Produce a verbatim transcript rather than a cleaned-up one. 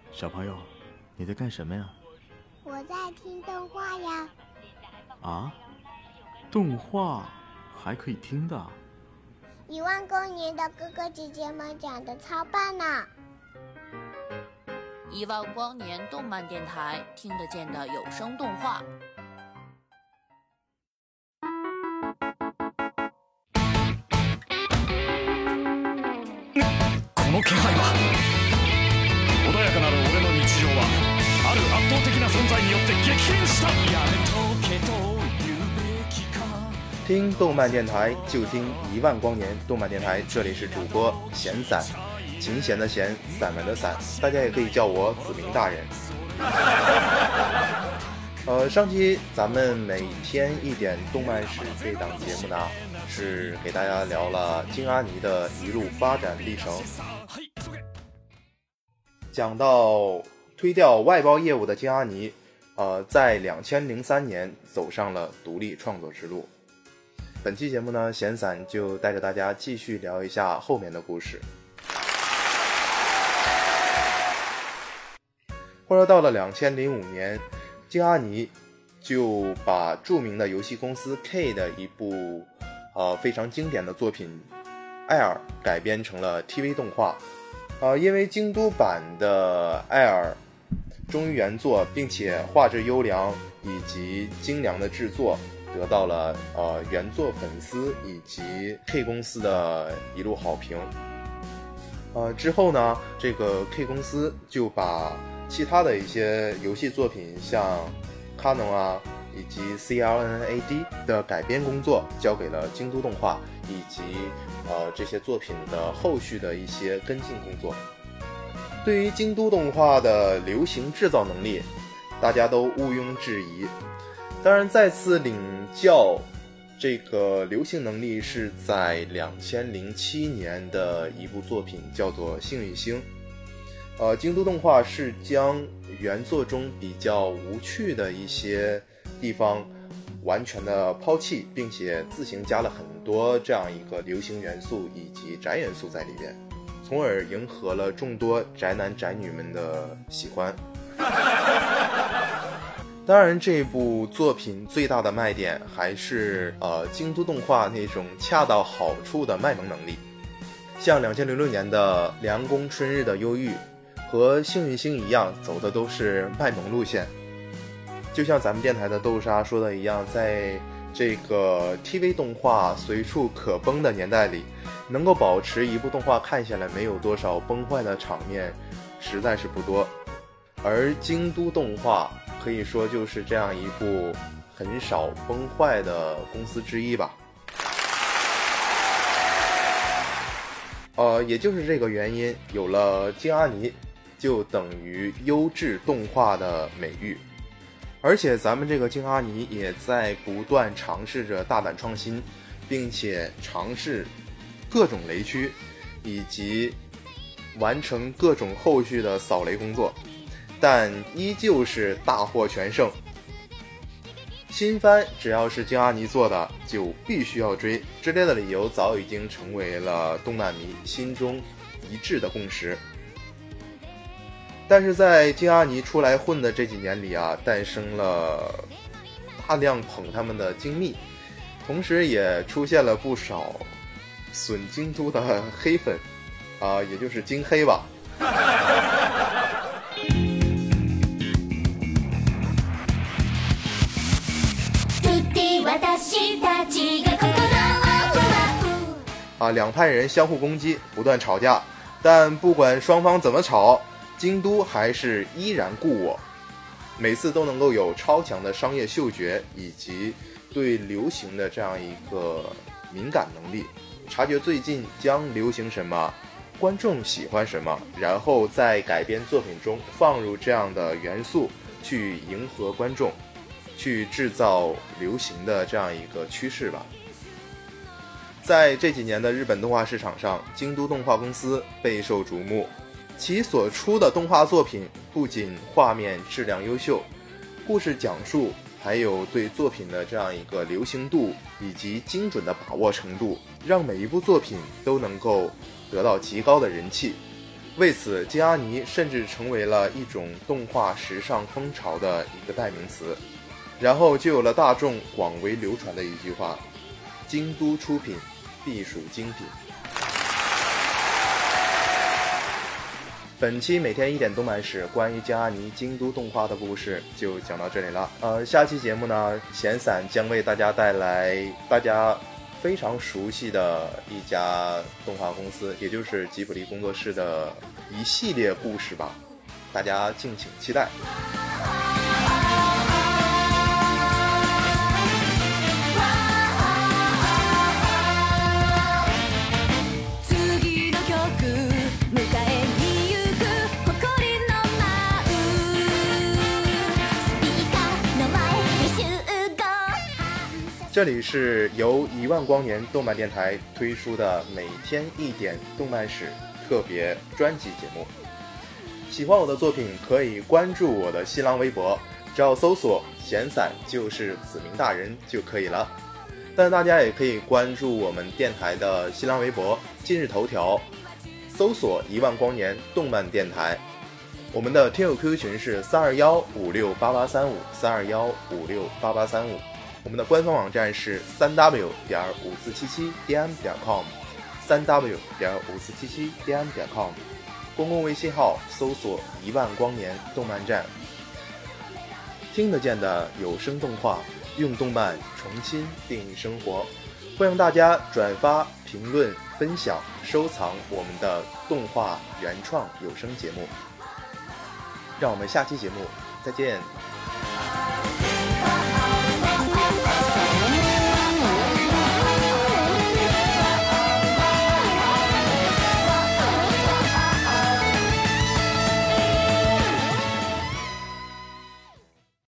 小朋友，你在干什么呀？ 我在听动画呀。 啊？动画还可以听的？ 一万光年的哥哥姐姐们讲的超棒呢！ 一万光年动漫电台，听得见的有声动画。 この気配は穏やかなる俺の日常はある圧倒的な存在によって激変した。やめとけと言うべきか。 听动漫电台就听一万光年动漫电台，这里是主播闲散，琴弦的弦，散文的散，大家也可以叫我子明大人。呃，上期咱们每天一点动漫史这档节目呢，是给大家聊了京阿尼的一路发展历程，讲到推掉外包业务的京阿尼，呃，在两千零三年走上了独立创作之路。本期节目呢，闲散就带着大家继续聊一下后面的故事。或者到了两千零五年，京阿尼就把著名的游戏公司 K 的一部呃非常经典的作品《艾尔》改编成了 T V 动画。呃，因为京都版的《艾尔》忠于原作，并且画质优良以及精良的制作，得到了呃原作粉丝以及 K 公司的一路好评。呃，之后呢，这个 K 公司就把其他的一些游戏作品，像卡农啊以及 C L N A D 的改编工作交给了京都动画，以及呃这些作品的后续的一些跟进工作。对于京都动画的流行制造能力，大家都毋庸置疑。当然，再次领教这个流行能力是在两千零七年的一部作品，叫做《幸运星》。呃，京都动画是将原作中比较无趣的一些地方完全的抛弃，并且自行加了很多这样一个流行元素以及宅元素在里边，从而迎合了众多宅男宅女们的喜欢。当然，这部作品最大的卖点还是呃京都动画那种恰到好处的卖萌能力。像两千零六年的《凉宫春日的忧郁》和幸运星一样，走的都是卖萌路线。就像咱们电台的豆沙说的一样，在这个 T V 动画随处可崩的年代里，能够保持一部动画看下来没有多少崩坏的场面实在是不多。而京都动画可以说就是这样一部很少崩坏的公司之一吧。呃，也就是这个原因，有了京阿尼就等于优质动画的美誉。而且咱们这个京阿尼也在不断尝试着大胆创新，并且尝试各种雷区，以及完成各种后续的扫雷工作，但依旧是大获全胜。新番只要是京阿尼做的就必须要追，之类的理由早已经成为了动漫迷心中一致的共识。但是在京阿尼出来混的这几年里啊，诞生了大量捧他们的京蜜，同时也出现了不少损京都的黑粉啊、呃，也就是京黑吧。啊，两派人相互攻击，不断吵架，但不管双方怎么吵，京都还是依然故我，每次都能够有超强的商业嗅觉以及对流行的这样一个敏感能力，察觉最近将流行什么，观众喜欢什么，然后在改编作品中放入这样的元素，去迎合观众，去制造流行的这样一个趋势吧。在这几年的日本动画市场上，京都动画公司备受瞩目，其所出的动画作品不仅画面质量优秀，故事讲述还有对作品的这样一个流行度以及精准的把握程度，让每一部作品都能够得到极高的人气。 为此，金阿尼甚至成为了一种动画时尚风潮的一个代名词。然后就有了大众广为流传的一句话：京都出品必属精品。本期每天一点动漫史关于金阿尼京都动画的故事就讲到这里了。呃，下期节目呢，闲散将为大家带来大家非常熟悉的一家动画公司，也就是吉卜力工作室的一系列故事吧，大家敬请期待。这里是由一万光年动漫电台推出的每天一点动漫史特别专辑节目。喜欢我的作品可以关注我的新浪微博，只要搜索闲散就是子明大人就可以了。但大家也可以关注我们电台的新浪微博、今日头条，搜索一万光年动漫电台。我们的听友 Q Q 群是三二幺五六八八三五三二幺五六八八三五。我们的官方网站是 三 w 点五四七七 d m 点 com 三 w 点五四七七 d m 点 com。 公共微信号搜索一万光年动漫站。听得见的有声动画，用动漫重新定义生活。欢迎大家转发、评论、分享、收藏我们的动画原创有声节目。让我们下期节目再见。